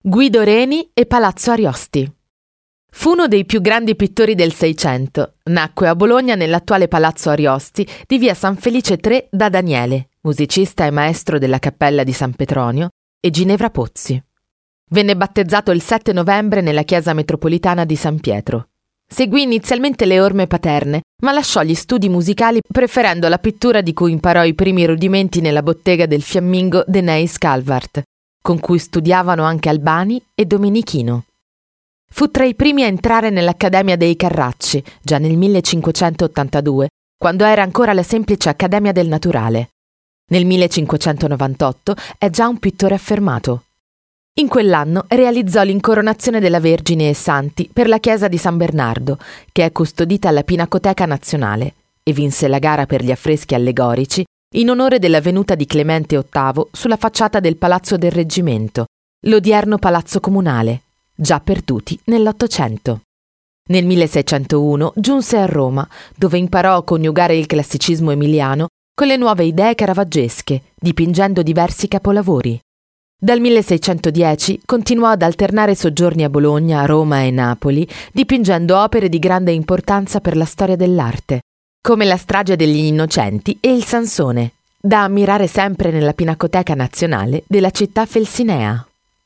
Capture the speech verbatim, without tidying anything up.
Guido Reni e Palazzo Ariosti. Fu uno dei più grandi pittori del Seicento. Nacque a Bologna nell'attuale Palazzo Ariosti di via San Felice tre da Daniele, musicista e maestro della Cappella di San Petronio, e Ginevra Pozzi. Venne battezzato il sette novembre nella chiesa metropolitana di San Pietro. Seguì inizialmente le orme paterne, ma lasciò gli studi musicali preferendo la pittura di cui imparò i primi rudimenti nella bottega del fiammingo De Neis Calvart, con cui studiavano anche Albani e Domenichino. Fu tra i primi a entrare nell'Accademia dei Carracci, già nel millecinquecentottantadue, quando era ancora la semplice Accademia del Naturale. Nel millecinquecentonovantotto è già un pittore affermato. In quell'anno realizzò l'Incoronazione della Vergine e Santi per la chiesa di San Bernardo, che è custodita alla Pinacoteca Nazionale, e vinse la gara per gli affreschi allegorici in onore della venuta di Clemente ottavo sulla facciata del Palazzo del Reggimento, l'odierno Palazzo Comunale, già perduti nell'Ottocento. Nel milleseicentouno giunse a Roma, dove imparò a coniugare il classicismo emiliano con le nuove idee caravaggesche, dipingendo diversi capolavori. Dal milleseicentodieci continuò ad alternare soggiorni a Bologna, Roma e Napoli, dipingendo opere di grande importanza per la storia dell'arte, come la Strage degli Innocenti e il Sansone, da ammirare sempre nella Pinacoteca Nazionale della città felsinea.